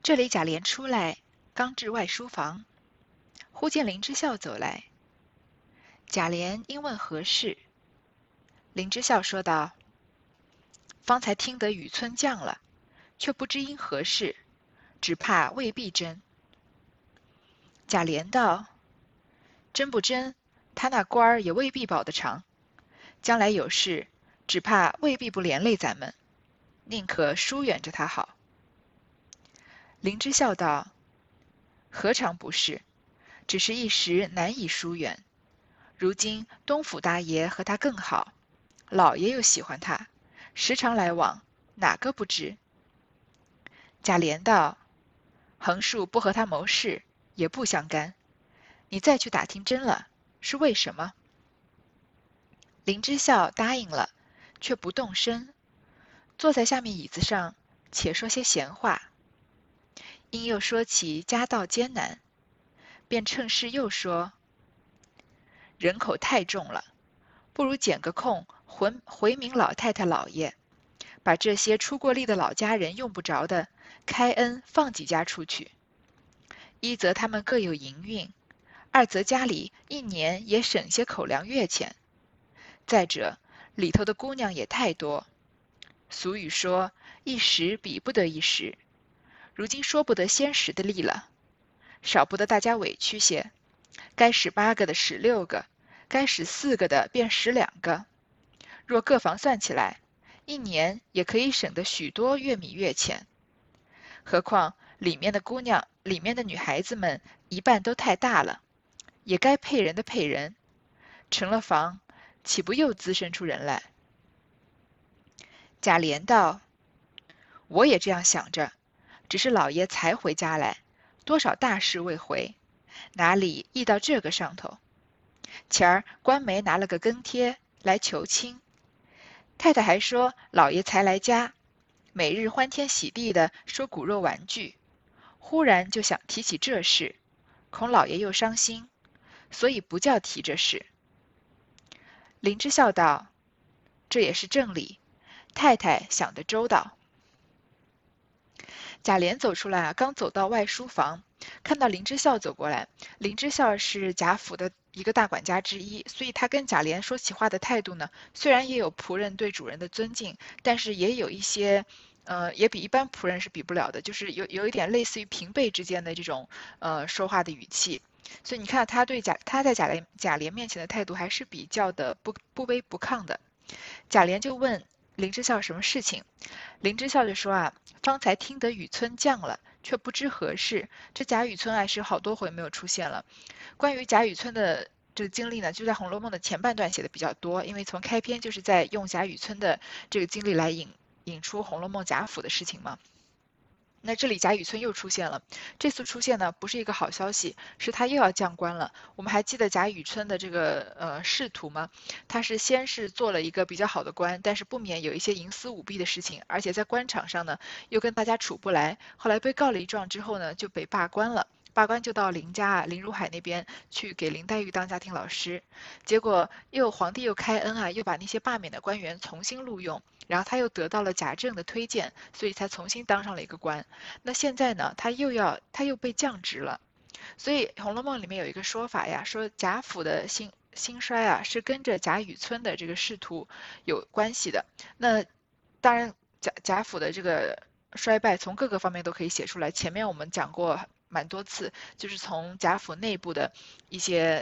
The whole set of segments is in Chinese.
这里贾琏出来，刚至外书房，忽见林之孝走来。贾琏因问何事，林之孝说道：方才听得雨村降了，却不知因何事，只怕未必真。贾琏道：真不真，他那官儿也未必保得长，将来有事，只怕未必不连累咱们，宁可疏远着他好。林之孝道：何尝不是，只是一时难以疏远。如今东府大爷和他更好，老爷又喜欢他，时常来往，哪个不知？贾琏道：横竖不和他谋事，也不相干。你再去打听真了，是为什么？林之孝答应了，却不动声，坐在下面椅子上，且说些闲话。因又说起家道艰难，便趁势又说：人口太重了，不如捡个空回明老太太老爷，把这些出过力的老家人用不着的，开恩放几家出去。一则他们各有营运，二则家里一年也省些口粮月钱。再者，里头的姑娘也太多。俗语说，一时比不得一时，如今说不得先时的力了，少不得大家委屈些，该使8个的使6个，该使4个的便使2个。若各房算起来，一年也可以省得许多月米月钱。何况里面的姑娘，里面的女孩子们一半都太大了，也该配人的配人，成了房，岂不又滋生出人来？贾琏道：我也这样想着，只是老爷才回家来，多少大事未回，哪里意到这个上头？前儿官媒拿了个跟帖来求亲，太太还说老爷才来家，每日欢天喜地的说骨肉玩具，忽然就想提起这事，恐老爷又伤心，所以不叫提这事。林之孝道：这也是正理，太太想得周到。贾琏走出来啊，刚走到外书房，看到林之孝走过来。林之孝是贾府的一个大管家之一，所以他跟贾琏说起话的态度呢，虽然也有仆人对主人的尊敬，但是也有一些，也比一般仆人是比不了的，就是有一点类似于平辈之间的这种说话的语气。所以你看他在贾琏面前的态度还是比较的不卑不亢的。贾琏就问林之孝什么事情，林之孝就说啊，方才听得雨村降了，却不知何事。这贾雨村是好多回没有出现了。关于贾雨村的这个经历呢，就在《红楼梦》的前半段写的比较多，因为从开篇就是在用贾雨村的这个经历来引出《红楼梦》贾府的事情嘛。那这里贾雨村又出现了，这次出现呢不是一个好消息，是他又要降官了。我们还记得贾雨村的这个仕途吗？他是先是做了一个比较好的官，但是不免有一些营私舞弊的事情，而且在官场上呢又跟大家处不来，后来被告了一状之后呢就被罢官了。罢官就到林家林如海那边去给林黛玉当家庭老师，结果皇帝又开恩啊，又把那些罢免的官员重新录用，然后他又得到了贾政的推荐，所以才重新当上了一个官。那现在呢，他又被降职了，所以《红楼梦》里面有一个说法呀，说贾府的兴衰啊，是跟着贾雨村的这个仕途有关系的。那当然贾府的这个衰败从各个方面都可以写出来。前面我们讲过蛮多次，就是从贾府内部的一些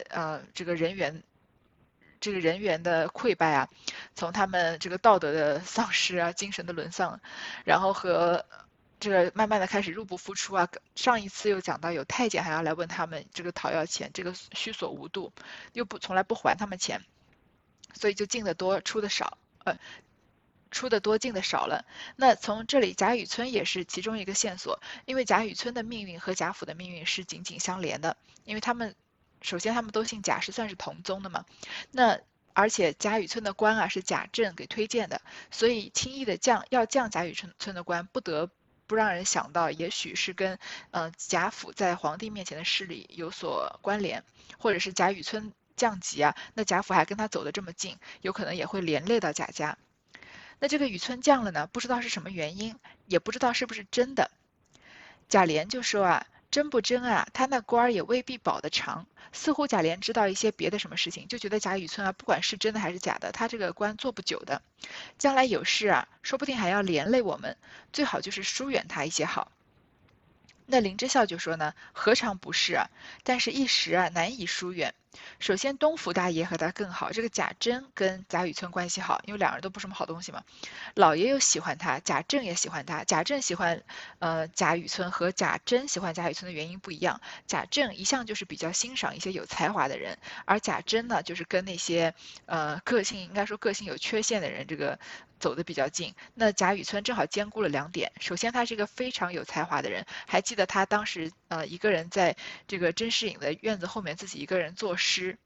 这个人员的溃败啊，从他们这个道德的丧失啊，精神的沦丧，然后和这个慢慢的开始入不敷出啊。上一次又讲到有太监还要来问他们这个讨要钱，这个虚所无度，又从来不还他们钱，所以就进的多出的少，出的多进的少了。那从这里贾雨村也是其中一个线索，因为贾雨村的命运和贾府的命运是紧紧相连的，因为他们首先他们都姓贾，是算是同宗的嘛。那而且贾雨村的官啊是贾政给推荐的，所以轻易的要降贾雨村的官，不得不让人想到，也许是跟贾府在皇帝面前的势力有所关联，或者是贾雨村降级啊，那贾府还跟他走得这么近，有可能也会连累到贾家。那这个雨村降了呢，不知道是什么原因，也不知道是不是真的。 贾琏就说啊，真不真啊，他那官儿也未必保得长。似乎贾琏知道一些别的什么事情，就觉得贾雨村啊，不管是真的还是假的，他这个官做不久的，将来有事啊，说不定还要连累我们，最好就是疏远他一些好。那林之孝就说呢，何尝不是啊？但是一时啊难以疏远。首先，东府大爷和他更好，这个贾珍跟贾雨村关系好，因为两人都不是什么好东西嘛。老爷又喜欢他，贾政也喜欢他。贾政喜欢贾雨村和贾珍喜欢贾雨村的原因不一样。贾政一向就是比较欣赏一些有才华的人，而贾珍呢，就是跟那些个性应该说个性有缺陷的人这个走得比较近。那贾雨村正好兼顾了两点。首先，他是一个非常有才华的人，还记得他当时一个人在这个甄士隐的院子后面自己一个人作诗，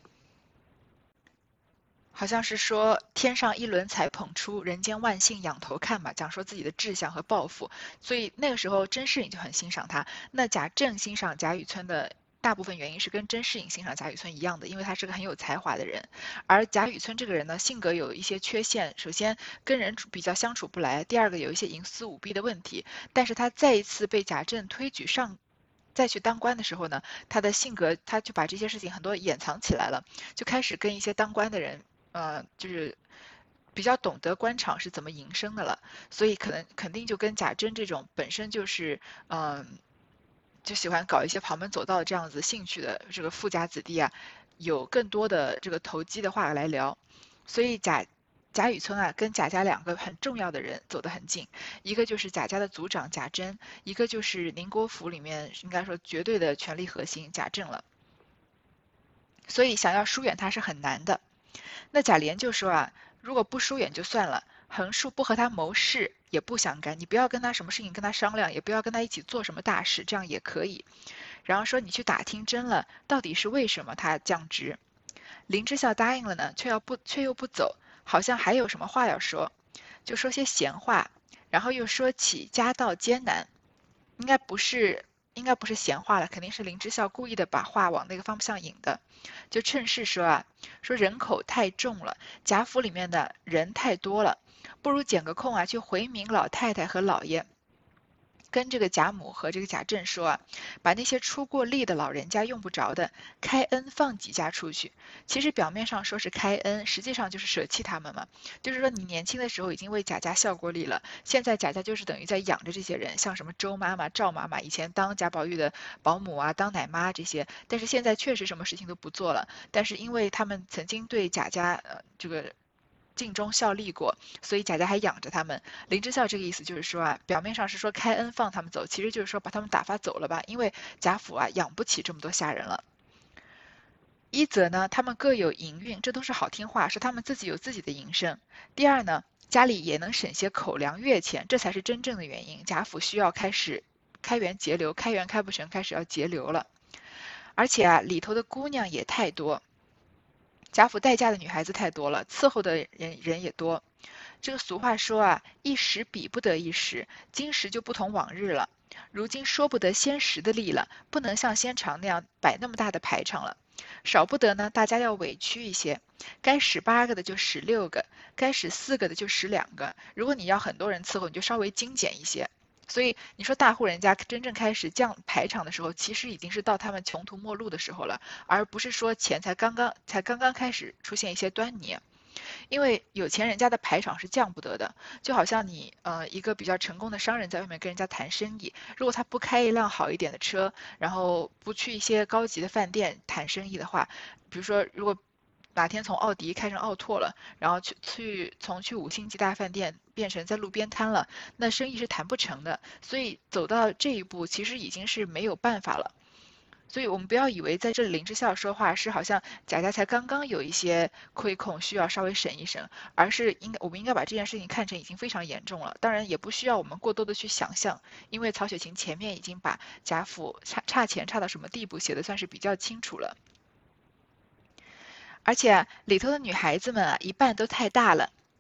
好像是说天上一轮彩捧出，人间万姓仰头看嘛，讲说自己的志向和抱负。所以那个时候甄士隐就很欣赏他。那贾政欣赏贾雨村的大部分原因是跟甄士隐欣赏贾雨村一样的，因为他是个很有才华的人。而贾雨村这个人呢，性格有一些缺陷，首先跟人比较相处不来，第二个有一些营私舞弊的问题。但是他再一次被贾政推举上。再去当官的时候呢，他的性格他就把这些事情很多掩藏起来了，就开始跟一些当官的人就是比较懂得官场是怎么营生的了，所以肯定就跟贾珍这种本身就是就喜欢搞一些旁门左道的这样子兴趣的这个富家子弟啊，有更多的这个投机的话来聊，所以贾雨村啊跟贾家两个很重要的人走得很近，一个就是贾家的族长贾珍，一个就是宁国府里面应该说绝对的权力核心贾政了，所以想要疏远他是很难的。那贾琏就说啊，如果不疏远就算了，横竖不和他谋事也不相干，你不要跟他什么事情跟他商量，也不要跟他一起做什么大事，这样也可以。然后说你去打听真了，到底是为什么他降职？林之孝答应了呢，却又不走，好像还有什么话要说，就说些闲话，然后又说起家道艰难，应该不是闲话了，肯定是林之孝故意的把话往那个方向引的，就趁势说啊，说人口太重了，贾府里面的人太多了，不如捡个空啊，去回明老太太和老爷。跟这个贾母和这个贾政说啊，把那些出过力的老人家用不着的，开恩放几家出去。其实表面上说是开恩，实际上就是舍弃他们嘛。就是说你年轻的时候已经为贾家效过力了，现在贾家就是等于在养着这些人，像什么周妈妈、赵妈妈，以前当贾宝玉的保姆啊、当奶妈这些，但是现在确实什么事情都不做了。但是因为他们曾经对贾家这个尽忠效力过，所以贾家还养着他们。林之孝这个意思就是说啊，表面上是说开恩放他们走，其实就是说把他们打发走了吧，因为贾府啊养不起这么多下人了。一则呢，他们各有营运，这都是好听话，是他们自己有自己的营生。第二呢，家里也能省些口粮月钱，这才是真正的原因。贾府需要开始开源节流，开源开不成，开始要节流了。而且啊，里头的姑娘也太多，贾府待嫁的女孩子太多了，伺候的人也多。这个俗话说啊，一时比不得一时，今时就不同往日了。如今说不得先时的力了，不能像先朝那样摆那么大的排场了。少不得呢，大家要委屈一些，该使8个的就使6个，该使4个的就使2个。如果你要很多人伺候，你就稍微精简一些。所以你说大户人家真正开始降排场的时候，其实已经是到他们穷途末路的时候了，而不是说钱才刚刚开始出现一些端倪。因为有钱人家的排场是降不得的，就好像你一个比较成功的商人在外面跟人家谈生意，如果他不开一辆好一点的车，然后不去一些高级的饭店谈生意的话，比如说如果哪天从奥迪开成奥拓了，然后去5星级大饭店变成在路边摊了，那生意是谈不成的。所以走到这一步，其实已经是没有办法了。所以我们不要以为在这里林之孝说话是好像贾家才刚刚有一些亏空，需要稍微省一省，而是我们应该把这件事情看成已经非常严重了。当然也不需要我们过多的去想象，因为曹雪芹前面已经把贾府差钱差到什么地步写的算是比较清楚了。而且里头的女孩子们啊，一半都太大了，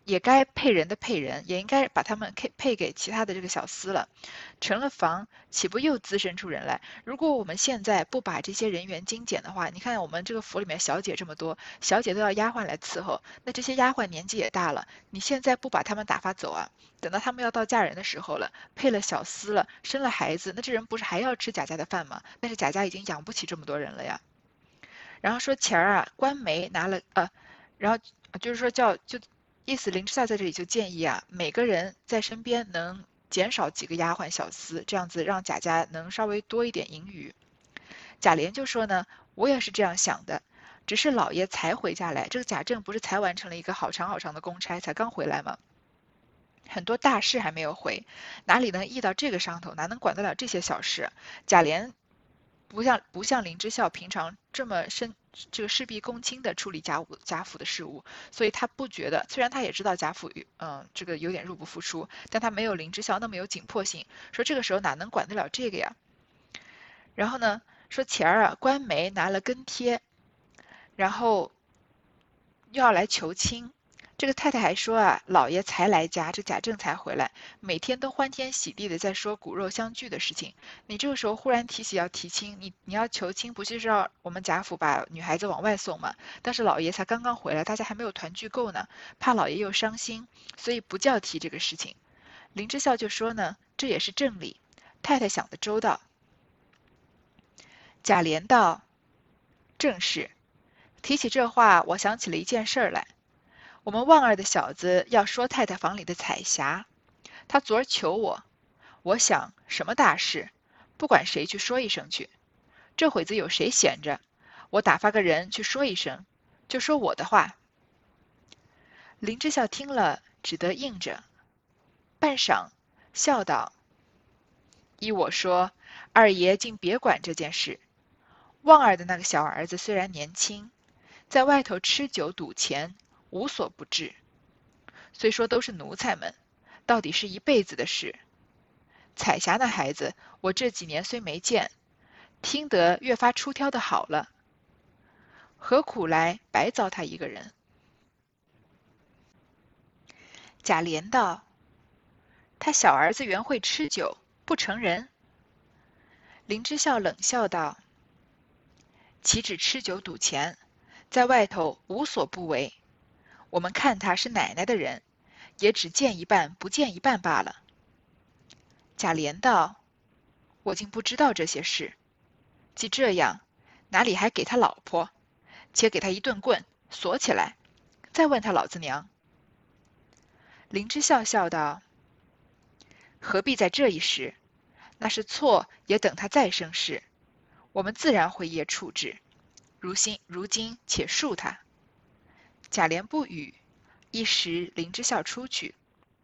也该配人的配人，也应该把他们配给其他的这个小厮了。成了房，岂不又滋生出人来？如果我们现在不把这些人员精简的话，你看我们这个府里面小姐这么多，小姐都要丫鬟来伺候，那这些丫鬟年纪也大了，你现在不把他们打发走啊？等到他们要到嫁人的时候了，配了小厮了，生了孩子，那这人不是还要吃贾家的饭吗？但是贾家已经养不起这么多人了呀。然后说前儿啊，官媒拿了然后就是说意思林之夏在这里就建议啊，每个人在身边能减少几个丫鬟小厮，这样子让贾家能稍微多一点盈余。贾琏就说呢，我也是这样想的，只是老爷才回家来，这个贾政不是才完成了一个好长好长的公差，才刚回来吗？很多大事还没有回，哪里能议到这个上头？哪能管得了这些小事？贾琏不像林之孝平常这么这个事必躬亲的处理家府的事务，所以他不觉得，虽然他也知道贾府这个有点入不敷出，但他没有林之孝那么有紧迫性，说这个时候哪能管得了这个呀？然后呢，说前儿啊，官媒拿了跟帖，然后又要来求亲。这个太太还说啊，老爷才来家，这贾政才回来，每天都欢天喜地的在说骨肉相聚的事情。你这个时候忽然提起要提亲，你要求亲，不就是要我们贾府把女孩子往外送吗？但是老爷才刚刚回来，大家还没有团聚够呢，怕老爷又伤心，所以不叫提这个事情。林之孝就说呢，这也是正理，太太想的周到。贾琏道：正是。提起这话，我想起了一件事儿来。我们旺儿的小子要说太太房里的彩霞，他昨儿求我，我想什么大事，不管谁去说一声去。这会子有谁闲着，我打发个人去说一声，就说我的话。林之孝听了，只得应着，半晌，笑道：依我说，二爷竟别管这件事。旺儿的那个小儿子虽然年轻，在外头吃酒赌钱，无所不至。虽说都是奴才们，到底是一辈子的事。彩霞那孩子，我这几年虽没见，听得越发出挑的好了，何苦来白糟蹋一个人？贾琏道：他小儿子原会吃酒，不成人。林之孝冷笑道：岂止吃酒赌钱，在外头无所不为。我们看他是奶奶的人，也只见一半不见一半罢了。贾琏道：我竟不知道这些事。既这样，哪里还给他老婆？且给他一顿棍，锁起来，再问他老子娘。林之孝笑道：何必在这一时？那是错，也等他再生事，我们自然会业处置。如今且恕他。贾琏不语，一时林之孝出去。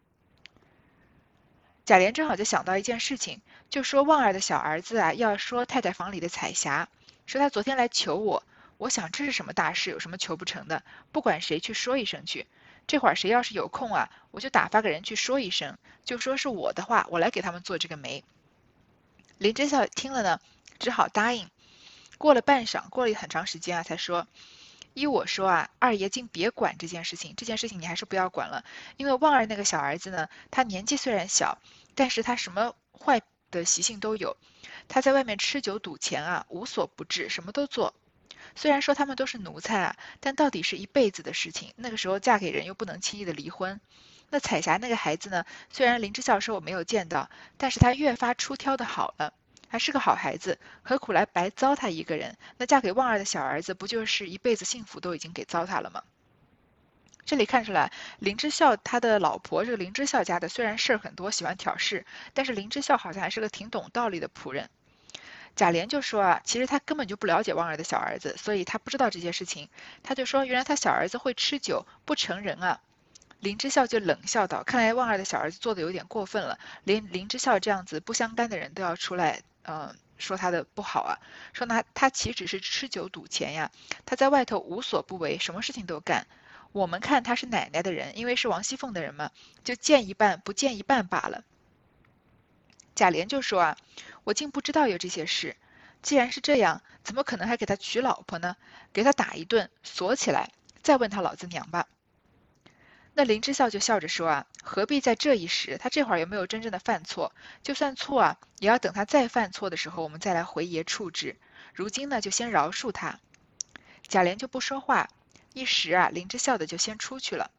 贾琏正好就想到一件事情，就说旺儿的小儿子啊，要说太太房里的彩霞，说他昨天来求我，我想这是什么大事，有什么求不成的？不管谁去说一声去。这会儿谁要是有空啊，我就打发个人去说一声，就说是我的话，我来给他们做这个媒。林之孝听了呢，只好答应。过了半晌，过了很长时间啊，才说：依我说啊，二爷竟别管这件事情，这件事情你还是不要管了，因为旺儿那个小儿子呢，他年纪虽然小，但是他什么坏的习性都有。他在外面吃酒赌钱啊，无所不至，什么都做。虽然说他们都是奴才啊，但到底是一辈子的事情。那个时候嫁给人又不能轻易的离婚。那彩霞那个孩子呢，虽然林之孝说我没有见到，但是他越发出挑的好了。还是个好孩子，何苦来白糟蹋一个人？那嫁给旺儿的小儿子，不就是一辈子幸福都已经给糟蹋了吗？这里看出来，林之孝他的老婆，这个林之孝家的虽然事儿很多，喜欢挑事，但是林之孝好像还是个挺懂道理的仆人。贾琏就说啊，其实他根本就不了解旺儿的小儿子，所以他不知道这些事情。他就说，原来他小儿子会吃酒，不成人啊。林之孝就冷笑道：看来旺儿的小儿子做的有点过分了，连林之孝这样子不相干的人都要出来，说他的不好啊，说他岂止是吃酒赌钱呀，他在外头无所不为，什么事情都干。我们看他是奶奶的人，因为是王熙凤的人嘛，就见一半不见一半罢了。贾琏就说啊，我竟不知道有这些事，既然是这样，怎么可能还给他娶老婆呢？给他打一顿，锁起来，再问他老子娘吧。 那林之孝就笑着说啊，何必在这一时？他这会儿有没有真正的犯错？就算错啊，也要等他再犯错的时候，我们再来回爷处置。如今呢，就先饶恕他。贾琏就不说话，一时啊，林之孝的就先出去了。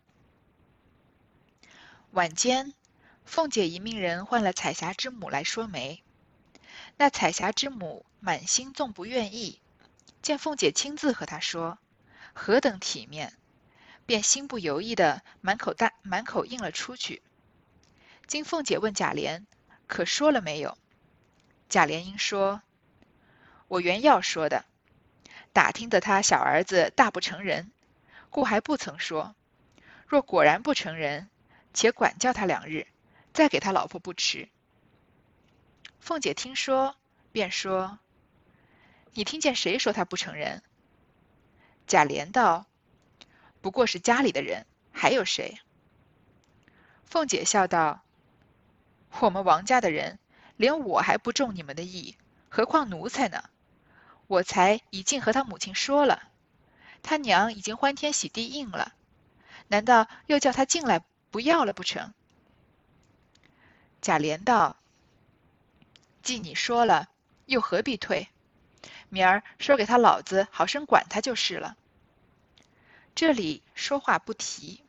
晚间，凤姐已命人唤了彩霞之母来说媒。那彩霞之母满心纵不愿意，见凤姐亲自和她说，何等体面，便心不由意的满口应了出去。经凤姐问贾琏，可说了没有？贾琏应说，我原要说的，打听得他小儿子大不成人，故还不曾说。若果然不成人，且管教他2日，再给他老婆不迟。凤姐听说，便说：你听见谁说他不成人？贾琏道：不过是家里的人，还有谁？凤姐笑道：我们王家的人，连我还不中你们的意，何况奴才呢？我才已经和他母亲说了，他娘已经欢天喜地应了，难道又叫他进来不要了不成？贾琏道：既你说了，又何必退？明儿说给他老子好生管他就是了。这里说话不提。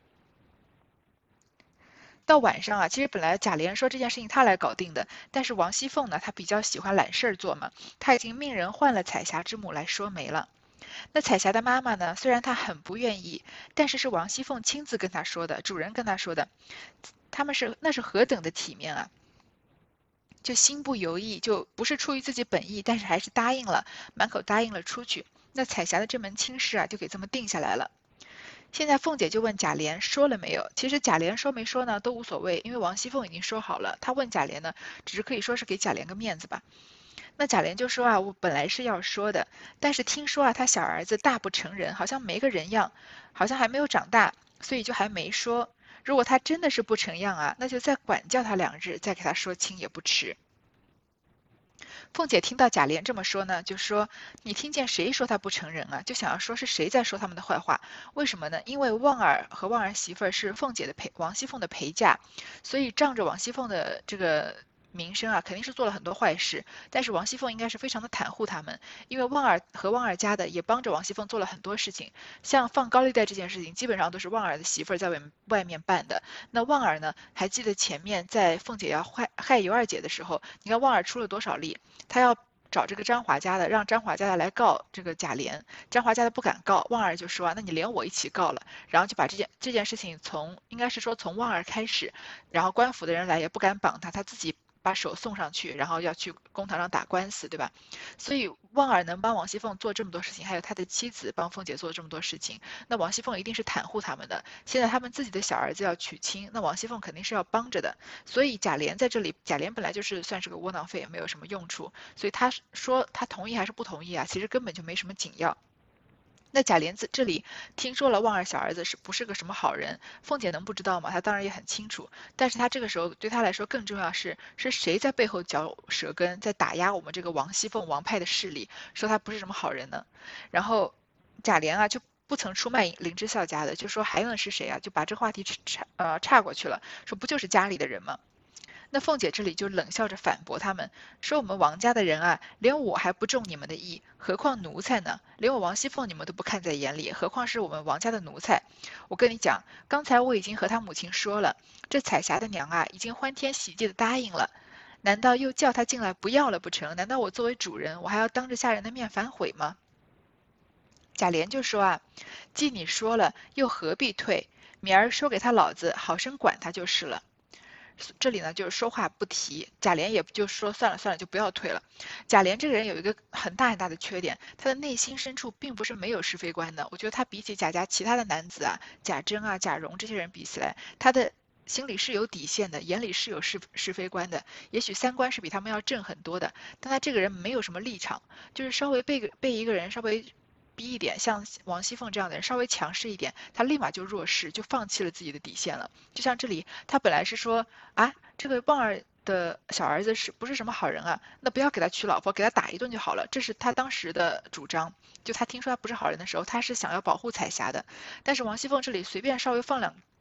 到晚上啊，其实本来贾琏说这件事情他来搞定的，但是王熙凤呢，她比较喜欢揽事儿做嘛，她已经命人换了彩霞之母来说媒了。那彩霞的妈妈呢，虽然她很不愿意，但是是王熙凤亲自跟她说的，主人跟她说的，那是何等的体面啊！就心不由意，就不是出于自己本意，但是还是答应了，满口答应了出去。那彩霞的这门亲事啊，就给这么定下来了。现在凤姐就问贾琏说了没有？其实贾琏说没说呢都无所谓，因为王熙凤已经说好了。她问贾琏呢，只是可以说是给贾琏个面子吧。那贾琏就说啊，我本来是要说的，但是听说啊，他小儿子大不成人，好像没个人样，好像还没有长大，所以就还没说。如果他真的是不成样啊，那就再管教他2日，再给他说清也不迟。凤姐听到贾琏这么说呢，就说：你听见谁说他不成人啊？就想要说是谁在说他们的坏话？为什么呢？因为旺儿和旺儿媳妇儿是凤姐的王熙凤的陪嫁，所以仗着王熙凤的这个名声啊，肯定是做了很多坏事。但是王熙凤应该是非常的袒护他们，因为旺儿和旺儿家的也帮着王熙凤做了很多事情，像放高利贷这件事情，基本上都是旺儿的媳妇儿在外面办的。那旺儿呢，还记得前面在凤姐要害尤二姐的时候，你看旺儿出了多少力？他要找这个张华家的，让张华家的来告这个贾琏，张华家的不敢告，旺儿就说啊，那你连我一起告了，然后就把这件事情应该是说从旺儿开始，然后官府的人来也不敢绑他，他自己把手送上去，然后要去公堂上打官司，对吧？所以旺儿能帮王熙凤做这么多事情，还有他的妻子帮凤姐做这么多事情，那王熙凤一定是袒护他们的。现在他们自己的小儿子要娶亲，那王熙凤肯定是要帮着的。所以贾琏在这里，贾琏本来就是算是个窝囊废，没有什么用处，所以他说他同意还是不同意啊？其实根本就没什么紧要。那贾琏这里听说了旺儿小儿子是不是个什么好人，凤姐能不知道吗？她当然也很清楚。但是她这个时候对她来说更重要是谁在背后嚼舌根，在打压我们这个王熙凤王派的势力，说他不是什么好人呢？然后贾琏啊就不曾出卖林之孝家的，就说还能是谁啊？就把这话题岔过去了，说不就是家里的人吗？那凤姐这里就冷笑着反驳他们，说我们王家的人啊，连我还不中你们的意，何况奴才呢？连我王熙凤你们都不看在眼里，何况是我们王家的奴才？我跟你讲，刚才我已经和他母亲说了，这彩霞的娘啊，已经欢天喜地的答应了，难道又叫她进来不要了不成？难道我作为主人，我还要当着下人的面反悔吗？贾琏就说啊，既你说了，又何必退？明儿说给他老子好生管他就是了。这里呢就是说话不提，贾琏也就说算了算了，就不要推了。贾琏这个人有一个很大很大的缺点，他的内心深处并不是没有是非观的。我觉得他比起贾家其他的男子啊，贾珍啊、贾蓉这些人比起来，他的心里是有底线的，眼里是有是非观的。也许三观是比他们要正很多的，但他这个人没有什么立场，就是稍微被一个人稍微逼一点，像王熙凤这样的人稍微强势一点，他立马就弱势，就放弃了自己的底线了。就像这里，他本来是说啊，这个旺儿的小儿子是不是什么好人啊？那不要给他娶老婆，给他打一顿就好了。这是他当时的主张。就他听说他不是好人的时候，他是想要保护彩霞的。但是王熙凤这里随便稍微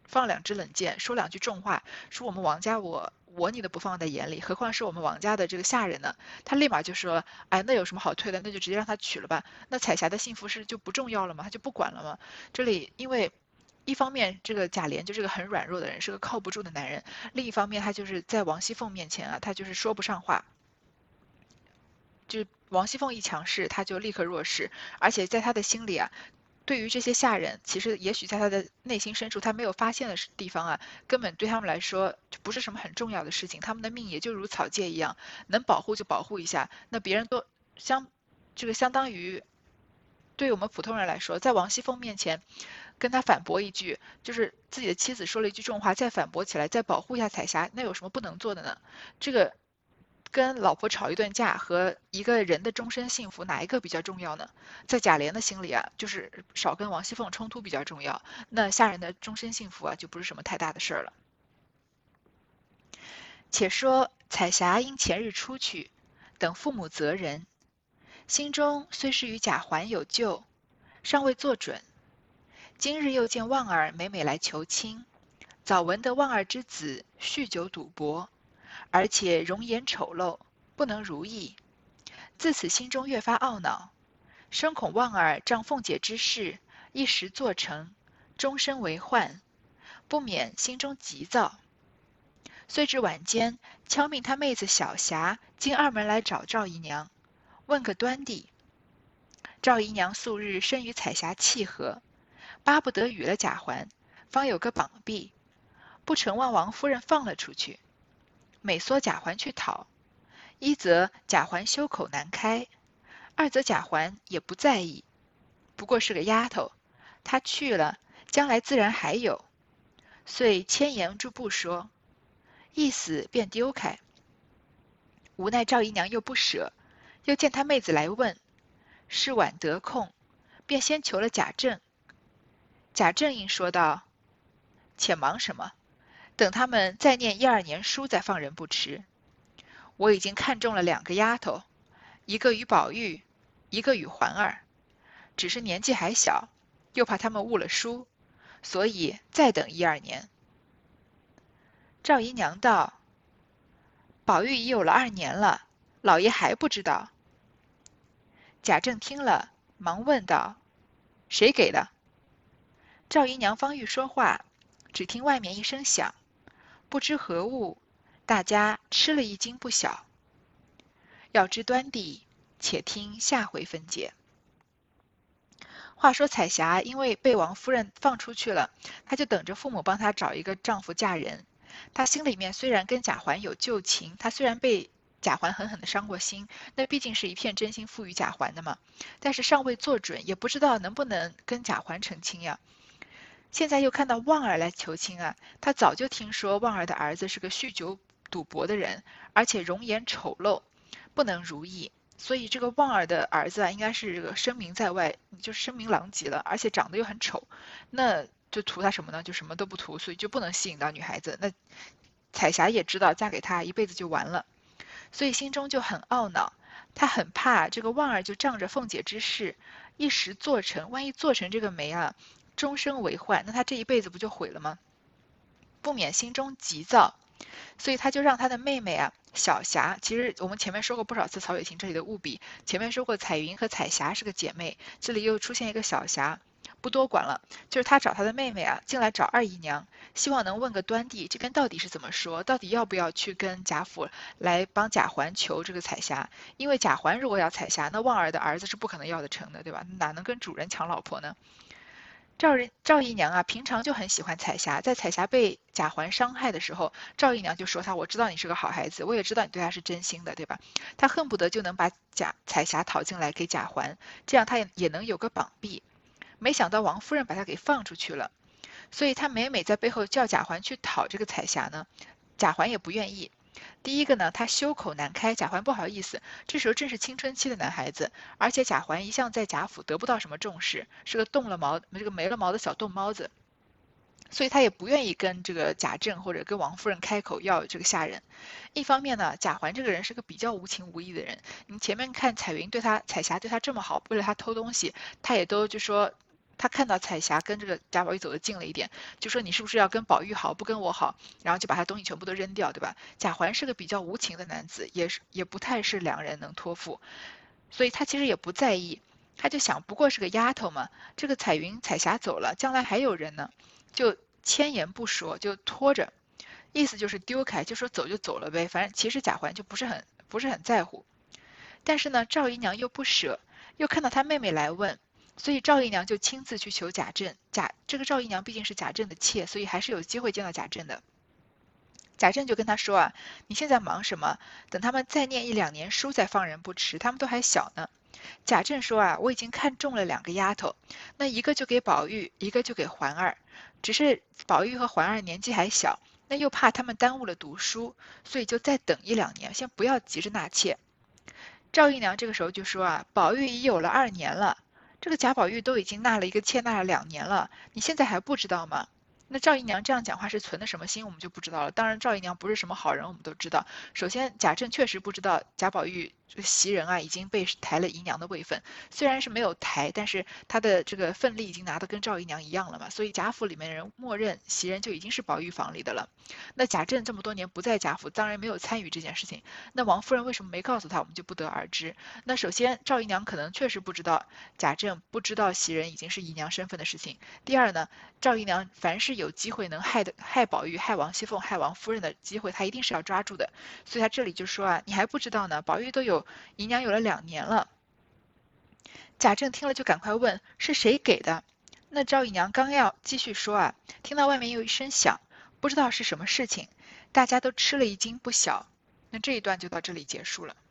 放2支冷箭，说2句重话，说我们王家我你都不放在眼里，何况是我们王家的这个下人呢？他立马就说，哎，那有什么好退的？那就直接让他娶了吧。那彩霞的幸福是就不重要了吗？他就不管了吗？这里因为一方面这个贾琏就是个很软弱的人，是个靠不住的男人；另一方面他就是在王熙凤面前啊，他就是说不上话。就王熙凤一强势，他就立刻弱势，而且在他的心里啊，对于这些下人，其实也许在他的内心深处，他没有发现的地方啊，根本对他们来说就不是什么很重要的事情，他们的命也就如草芥一样，能保护就保护一下，那别人都相当于对我们普通人来说，在王熙凤面前跟他反驳一句，就是自己的妻子说了一句重话，再反驳起来，再保护一下彩霞，那有什么不能做的呢？这个跟老婆吵一顿架和一个人的终身幸福哪一个比较重要呢？在贾琏的心里啊，就是少跟王熙凤冲突比较重要。那下人的终身幸福啊，就不是什么太大的事儿了。且说彩霞因前日出去，等父母责人，心中虽是与贾环有旧，尚未做准。今日又见旺儿每每来求亲，早闻得旺儿之子酗酒赌博，而且容颜丑陋，不能如意。自此心中越发懊恼，生恐旺儿仗凤姐之事，一时做成，终身为患，不免心中急躁。遂至晚间，敲命他妹子小霞进二门来找赵姨娘，问个端地。赵姨娘素日深与彩霞契合，巴不得与了贾环，方有个绑臂，不成望王夫人放了出去，每唆贾环去讨。一则贾环羞口难开，二则贾环也不在意，不过是个丫头，她去了，将来自然还有，遂千言住不说，一死便丢开。无奈赵姨娘又不舍，又见她妹子来问，是晚得空，便先求了贾政。贾政应说道：且忙什么？等他们再念1、2年书再放人不迟。我已经看中了2个丫头，一个与宝玉，一个与环儿，只是年纪还小，又怕他们误了书，所以再等1、2年。赵姨娘道：宝玉已有了2年了，老爷还不知道。贾政听了，忙问道：谁给的？赵姨娘方欲说话，只听外面一声响，不知何物，大家吃了一惊不小。要知端地，且听下回分解。话说彩霞因为被王夫人放出去了，她就等着父母帮她找一个丈夫嫁人。她心里面虽然跟贾环有旧情，她虽然被贾环狠狠地伤过心，那毕竟是一片真心付与贾环的嘛，但是尚未做准，也不知道能不能跟贾环成亲呀。现在又看到旺儿来求亲啊，她早就听说旺儿的儿子是个酗酒赌博的人，而且容颜丑陋，不能如意。所以这个旺儿的儿子啊，应该是这个声名在外，就是声名狼藉了，而且长得又很丑，那就图他什么呢？就什么都不图，所以就不能吸引到女孩子。那彩霞也知道嫁给他一辈子就完了，所以心中就很懊恼。她很怕这个旺儿就仗着凤姐之事，一时做成，万一做成这个媒啊，终身为患，那她这一辈子不就毁了吗？不免心中急躁，所以他就让他的妹妹啊，小霞，其实我们前面说过不少次曹雪芹这里的务笔，前面说过彩云和彩霞是个姐妹，这里又出现一个小霞，不多管了，就是他找他的妹妹啊进来找二姨娘，希望能问个端地，这边到底是怎么说，到底要不要去跟贾府来帮贾环求这个彩霞，因为贾环如果要彩霞，那旺儿的儿子是不可能要得成的，对吧？哪能跟主人抢老婆呢？赵姨娘啊，平常就很喜欢彩霞，在彩霞被贾环伤害的时候，赵姨娘就说她：我知道你是个好孩子，我也知道你对她是真心的，对吧？她恨不得就能把彩霞讨进来给贾环，这样她也能有个绑臂。没想到王夫人把她给放出去了，所以她每每在背后叫贾环去讨这个彩霞呢，贾环也不愿意。第一个呢，他羞口难开，贾环不好意思，这时候正是青春期的男孩子，而且贾环一向在贾府得不到什么重视，是个没了毛的小冻猫子，所以他也不愿意跟这个贾政或者跟王夫人开口要这个下人。一方面呢，贾环这个人是个比较无情无义的人，你前面看彩霞对他这么好，为了他偷东西，他也都就说他看到彩霞跟这个贾宝玉走得近了一点，就说你是不是要跟宝玉好，不跟我好，然后就把他东西全部都扔掉，对吧？贾环是个比较无情的男子，也不太是两人能托付，所以他其实也不在意，他就想不过是个丫头嘛，这个彩云彩霞走了，将来还有人呢，就千言不说，就拖着，意思就是丢开，就说走就走了呗，反正其实贾环就不是很在乎。但是呢，赵姨娘又不舍，又看到她妹妹来问，所以赵姨娘就亲自去求贾政。这个赵姨娘毕竟是贾政的妾，所以还是有机会见到贾政的。贾政就跟他说啊，你现在忙什么？等他们再念1、2年书再放人不迟，他们都还小呢。贾政说啊，我已经看中了2个丫头，那一个就给宝玉，一个就给环儿。只是宝玉和环儿年纪还小，那又怕他们耽误了读书，所以就再等1、2年，先不要急着纳妾。赵姨娘这个时候就说啊，宝玉已有了2年了，这个贾宝玉都已经纳了一个妾，纳了2年了，你现在还不知道吗？那赵姨娘这样讲话是存的什么心，我们就不知道了。当然，赵姨娘不是什么好人，我们都知道。首先，贾政确实不知道贾宝玉这个袭人啊已经被抬了姨娘的位分，虽然是没有抬，但是他的这个分例已经拿得跟赵姨娘一样了嘛，所以贾府里面人默认袭人就已经是宝玉房里的了。那贾政这么多年不在贾府，当然没有参与这件事情。那王夫人为什么没告诉他，我们就不得而知。那首先，赵姨娘可能确实不知道贾政不知道袭人已经是姨娘身份的事情。第二呢，赵姨娘凡是有机会能害宝玉、害王熙凤、害王夫人的机会，她一定是要抓住的。所以她这里就说啊，你还不知道呢，宝玉都有姨娘有了2年了。贾政听了就赶快问是谁给的。那赵姨娘刚要继续说啊，听到外面有一声响，不知道是什么事情，大家都吃了一惊不小。那这一段就到这里结束了。